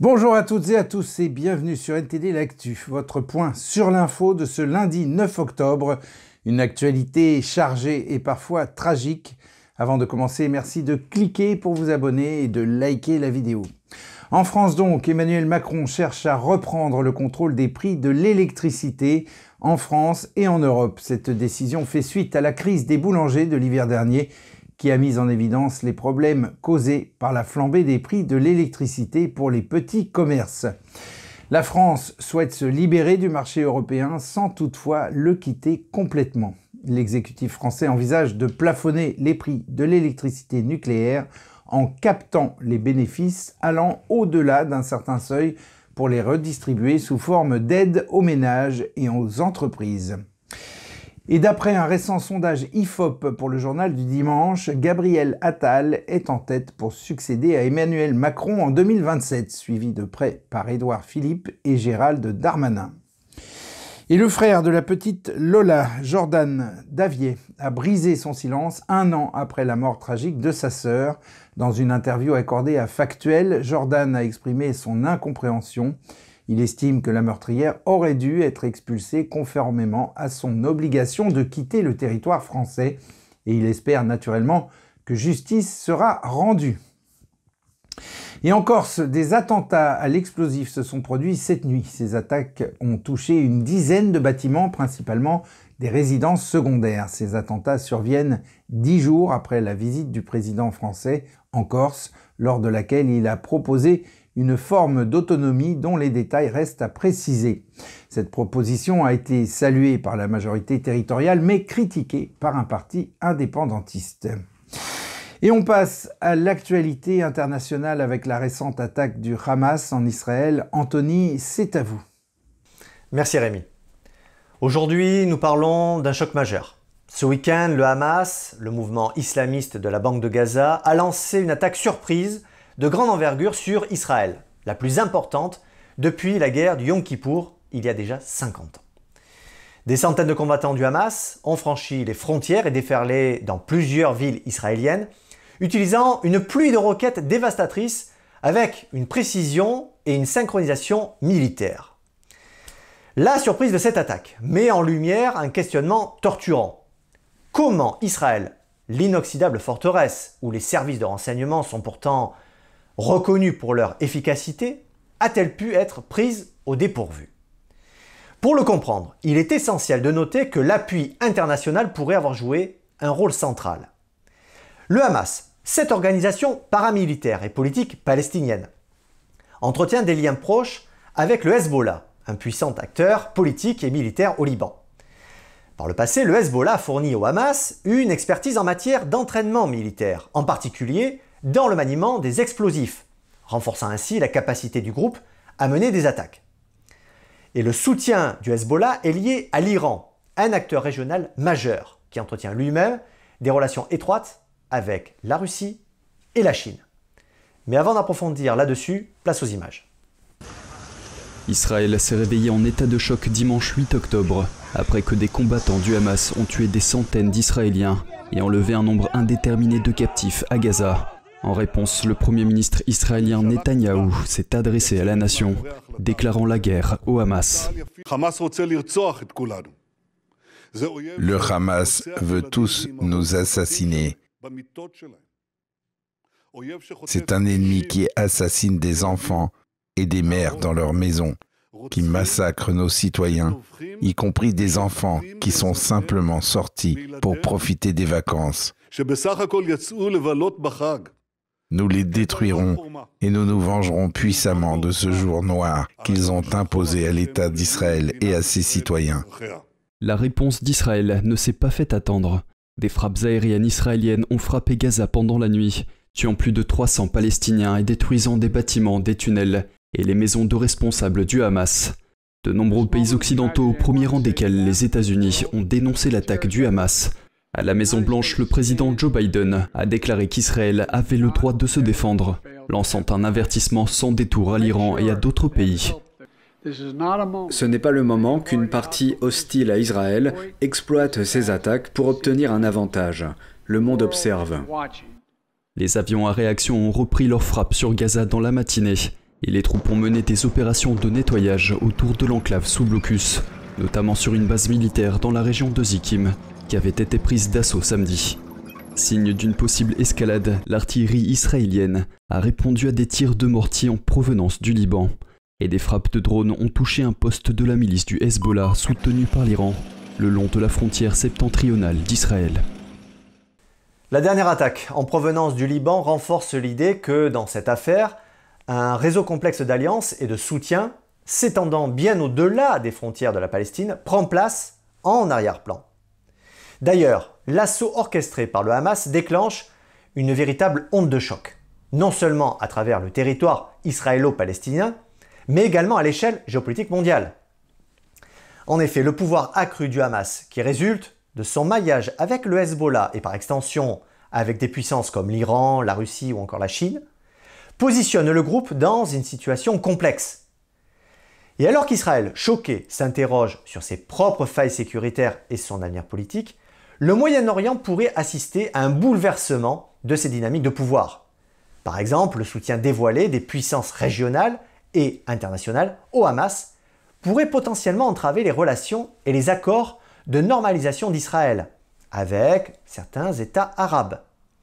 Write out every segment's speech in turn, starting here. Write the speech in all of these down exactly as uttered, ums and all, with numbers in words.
Bonjour à toutes et à tous et bienvenue sur N T D L'Actu, votre point sur l'info de ce lundi neuf octobre. Une actualité chargée et parfois tragique. Avant de commencer, merci de cliquer pour vous abonner et de liker la vidéo. En France donc, Emmanuel Macron cherche à reprendre le contrôle des prix de l'électricité en France et en Europe. Cette décision fait suite à la crise des boulangers de l'hiver dernier qui a mis en évidence les problèmes causés par la flambée des prix de l'électricité pour les petits commerces. La France souhaite se libérer du marché européen sans toutefois le quitter complètement. L'exécutif français envisage de plafonner les prix de l'électricité nucléaire en captant les bénéfices allant au-delà d'un certain seuil pour les redistribuer sous forme d'aide aux ménages et aux entreprises. Et d'après un récent sondage I F O P pour le journal du dimanche, Gabriel Attal est en tête pour succéder à Emmanuel Macron en deux mille vingt-sept, suivi de près par Édouard Philippe et Gérald Darmanin. Et le frère de la petite Lola, Jordan Davier, a brisé son silence un an après la mort tragique de sa sœur. Dans une interview accordée à Factuel, Jordan a exprimé son incompréhension. Il estime que la meurtrière aurait dû être expulsée conformément à son obligation de quitter le territoire français et il espère naturellement que justice sera rendue. Et en Corse, des attentats à l'explosif se sont produits cette nuit. Ces attaques ont touché une dizaine de bâtiments, principalement des résidences secondaires. Ces attentats surviennent dix jours après la visite du président français en Corse, lors de laquelle il a proposé une forme d'autonomie dont les détails restent à préciser. Cette proposition a été saluée par la majorité territoriale, mais critiquée par un parti indépendantiste. Et on passe à l'actualité internationale avec la récente attaque du Hamas en Israël. Anthony, c'est à vous. Merci Rémi. Aujourd'hui, nous parlons d'un choc majeur. Ce week-end, le Hamas, le mouvement islamiste de la bande de Gaza, a lancé une attaque surprise de grande envergure sur Israël, la plus importante depuis la guerre du Yom Kippour, il y a déjà cinquante ans. Des centaines de combattants du Hamas ont franchi les frontières et déferlé dans plusieurs villes israéliennes, utilisant une pluie de roquettes dévastatrices avec une précision et une synchronisation militaire. La surprise de cette attaque met en lumière un questionnement torturant. Comment Israël, l'inoxydable forteresse où les services de renseignement sont pourtant reconnus pour leur efficacité, a-t-elle pu être prise au dépourvu? Pour le comprendre, il est essentiel de noter que l'appui international pourrait avoir joué un rôle central. Le Hamas, cette organisation paramilitaire et politique palestinienne, entretient des liens proches avec le Hezbollah, un puissant acteur politique et militaire au Liban. Par le passé, le Hezbollah a fourni au Hamas une expertise en matière d'entraînement militaire, en particulier dans le maniement des explosifs, renforçant ainsi la capacité du groupe à mener des attaques. Et le soutien du Hezbollah est lié à l'Iran, un acteur régional majeur qui entretient lui-même des relations étroites avec la Russie et la Chine. Mais avant d'approfondir là-dessus, place aux images. Israël s'est réveillé en état de choc dimanche huit octobre, après que des combattants du Hamas ont tué des centaines d'Israéliens et enlevé un nombre indéterminé de captifs à Gaza. En réponse, le Premier ministre israélien Netanyahou s'est adressé à la nation, déclarant la guerre au Hamas. Le Hamas veut tous nous assassiner. C'est un ennemi qui assassine des enfants et des mères dans leurs maisons, qui massacre nos citoyens, y compris des enfants qui sont simplement sortis pour profiter des vacances. Nous les détruirons et nous nous vengerons puissamment de ce jour noir qu'ils ont imposé à l'État d'Israël et à ses citoyens. La réponse d'Israël ne s'est pas fait attendre. Des frappes aériennes israéliennes ont frappé Gaza pendant la nuit, tuant plus de trois cents Palestiniens et détruisant des bâtiments, des tunnels et les maisons de responsables du Hamas. De nombreux pays occidentaux, au premier rang desquels les États-Unis, ont dénoncé l'attaque du Hamas. À la Maison-Blanche, le président Joe Biden a déclaré qu'Israël avait le droit de se défendre, lançant un avertissement sans détour à l'Iran et à d'autres pays. Ce n'est pas le moment qu'une partie hostile à Israël exploite ces attaques pour obtenir un avantage. Le monde observe. Les avions à réaction ont repris leurs frappes sur Gaza dans la matinée. et les troupes ont mené des opérations de nettoyage autour de l'enclave sous blocus, notamment sur une base militaire dans la région de Zikim, qui avait été prise d'assaut samedi. Signe d'une possible escalade, l'artillerie israélienne a répondu à des tirs de mortier en provenance du Liban, et des frappes de drones ont touché un poste de la milice du Hezbollah soutenu par l'Iran, le long de la frontière septentrionale d'Israël. La dernière attaque en provenance du Liban renforce l'idée que, dans cette affaire, un réseau complexe d'alliances et de soutien, s'étendant bien au-delà des frontières de la Palestine, prend place en arrière-plan. D'ailleurs, l'assaut orchestré par le Hamas déclenche une véritable onde de choc, non seulement à travers le territoire israélo-palestinien, mais également à l'échelle géopolitique mondiale. En effet, le pouvoir accru du Hamas, qui résulte de son maillage avec le Hezbollah et par extension avec des puissances comme l'Iran, la Russie ou encore la Chine, positionne le groupe dans une situation complexe. Et alors qu'Israël, choqué, s'interroge sur ses propres failles sécuritaires et son avenir politique, le Moyen-Orient pourrait assister à un bouleversement de ses dynamiques de pouvoir. Par exemple, le soutien dévoilé des puissances régionales et internationales au Hamas pourrait potentiellement entraver les relations et les accords de normalisation d'Israël avec certains États arabes.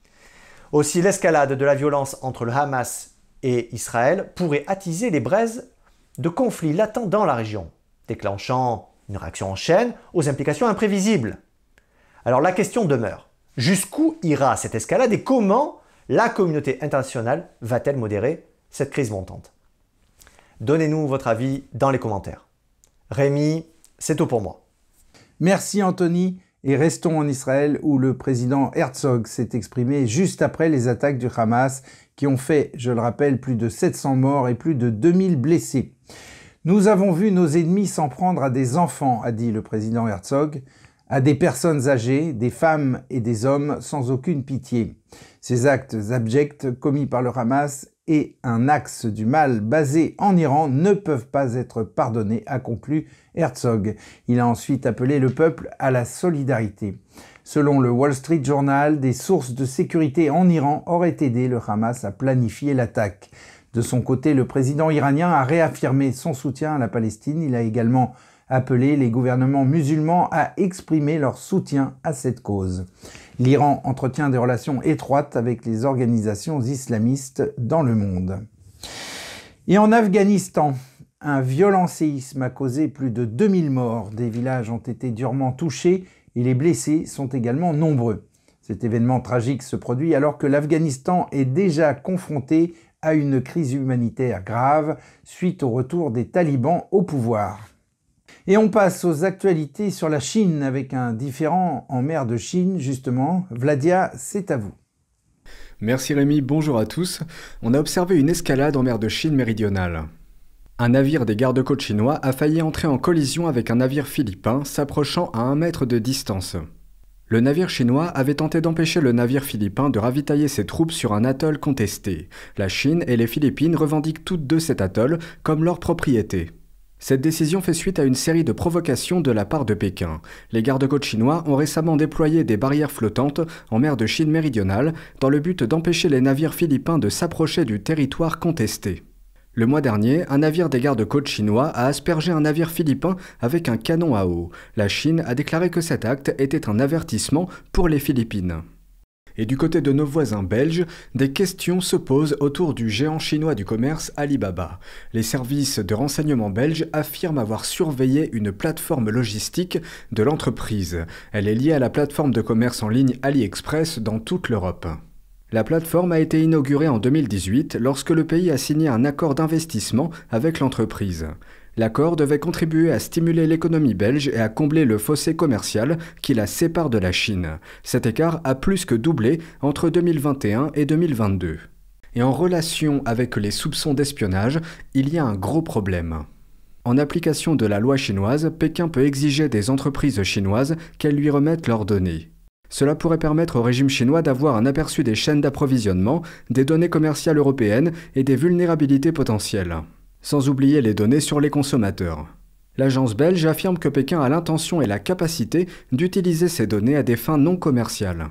Aussi, l'escalade de la violence entre le Hamas et Israël pourrait attiser les braises de conflits latents dans la région, déclenchant une réaction en chaîne aux implications imprévisibles. Alors la question demeure, jusqu'où ira cette escalade et comment la communauté internationale va-t-elle modérer cette crise montante? Donnez-nous votre avis dans les commentaires. Rémi, c'est tout pour moi. Merci Anthony, et restons en Israël où le président Herzog s'est exprimé juste après les attaques du Hamas qui ont fait, je le rappelle, plus de sept cents morts et plus de deux mille blessés. Nous avons vu nos ennemis s'en prendre à des enfants, a dit le président Herzog, à des personnes âgées, des femmes et des hommes sans aucune pitié. Ces actes abjects commis par le Hamas et un axe du mal basé en Iran ne peuvent pas être pardonnés, a conclu Herzog. Il a ensuite appelé le peuple à la solidarité. Selon le Wall Street Journal, des sources de sécurité en Iran auraient aidé le Hamas à planifier l'attaque. De son côté, le président iranien a réaffirmé son soutien à la Palestine. Il a également appelé les gouvernements musulmans à exprimer leur soutien à cette cause. L'Iran entretient des relations étroites avec les organisations islamistes dans le monde. Et en Afghanistan, un violent séisme a causé plus de deux mille morts. Des villages ont été durement touchés et les blessés sont également nombreux. Cet événement tragique se produit alors que l'Afghanistan est déjà confronté à une crise humanitaire grave suite au retour des talibans au pouvoir. Et on passe aux actualités sur la Chine avec un différend en mer de Chine, justement. Vladia, c'est à vous. Merci Rémi, bonjour à tous. On a observé une escalade en mer de Chine méridionale. Un navire des gardes-côtes chinois a failli entrer en collision avec un navire philippin s'approchant à un mètre de distance. Le navire chinois avait tenté d'empêcher le navire philippin de ravitailler ses troupes sur un atoll contesté. La Chine et les Philippines revendiquent toutes deux cet atoll comme leur propriété. Cette décision fait suite à une série de provocations de la part de Pékin. Les gardes-côtes chinois ont récemment déployé des barrières flottantes en mer de Chine méridionale dans le but d'empêcher les navires philippins de s'approcher du territoire contesté. Le mois dernier, un navire des gardes-côtes chinois a aspergé un navire philippin avec un canon à eau. La Chine a déclaré que cet acte était un avertissement pour les Philippines. Et du côté de nos voisins belges, des questions se posent autour du géant chinois du commerce Alibaba. Les services de renseignement belges affirment avoir surveillé une plateforme logistique de l'entreprise. Elle est liée à la plateforme de commerce en ligne AliExpress dans toute l'Europe. La plateforme a été inaugurée en deux mille dix-huit lorsque le pays a signé un accord d'investissement avec l'entreprise. L'accord devait contribuer à stimuler l'économie belge et à combler le fossé commercial qui la sépare de la Chine. Cet écart a plus que doublé entre deux mille vingt et un et deux mille vingt-deux. Et en relation avec les soupçons d'espionnage, il y a un gros problème. En application de la loi chinoise, Pékin peut exiger des entreprises chinoises qu'elles lui remettent leurs données. Cela pourrait permettre au régime chinois d'avoir un aperçu des chaînes d'approvisionnement, des données commerciales européennes et des vulnérabilités potentielles. Sans oublier les données sur les consommateurs. L'agence belge affirme que Pékin a l'intention et la capacité d'utiliser ces données à des fins non commerciales.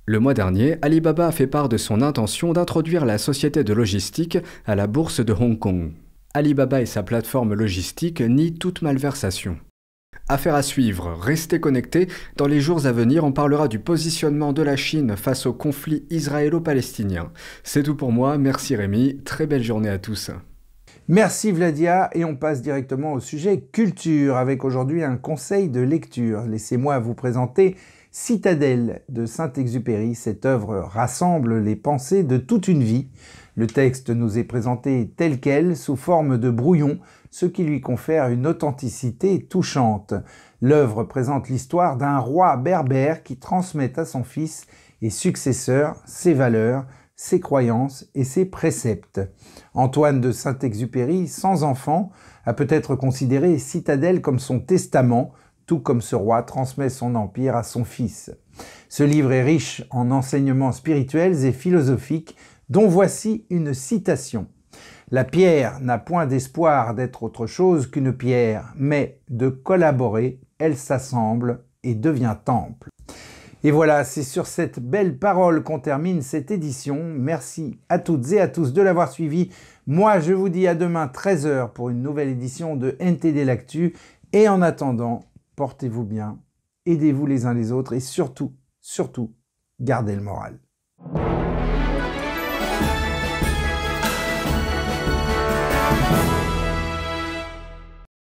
Le mois dernier, Alibaba a fait part de son intention d'introduire la société de logistique à la bourse de Hong Kong. Alibaba et sa plateforme logistique nient toute malversation. Affaire à suivre, restez connectés. Dans les jours à venir, on parlera du positionnement de la Chine face au conflit israélo-palestinien. C'est tout pour moi, merci Rémi, très belle journée à tous. Merci Vladia, et on passe directement au sujet culture, avec aujourd'hui un conseil de lecture. Laissez-moi vous présenter Citadelle de Saint-Exupéry. Cette œuvre rassemble les pensées de toute une vie. Le texte nous est présenté tel quel, sous forme de brouillon, ce qui lui confère une authenticité touchante. L'œuvre présente l'histoire d'un roi berbère qui transmet à son fils et successeur ses valeurs, ses croyances et ses préceptes. Antoine de Saint-Exupéry, sans enfant, a peut-être considéré Citadelle comme son testament, tout comme ce roi transmet son empire à son fils. Ce livre est riche en enseignements spirituels et philosophiques, dont voici une citation. « La pierre n'a point d'espoir d'être autre chose qu'une pierre, mais de collaborer, elle s'assemble et devient temple. » Et voilà, c'est sur cette belle parole qu'on termine cette édition. Merci à toutes et à tous de l'avoir suivi. Moi, je vous dis à demain treize heures pour une nouvelle édition de N T D l'Actu. Et en attendant, portez-vous bien, aidez-vous les uns les autres et surtout, surtout, gardez le moral. Thank you.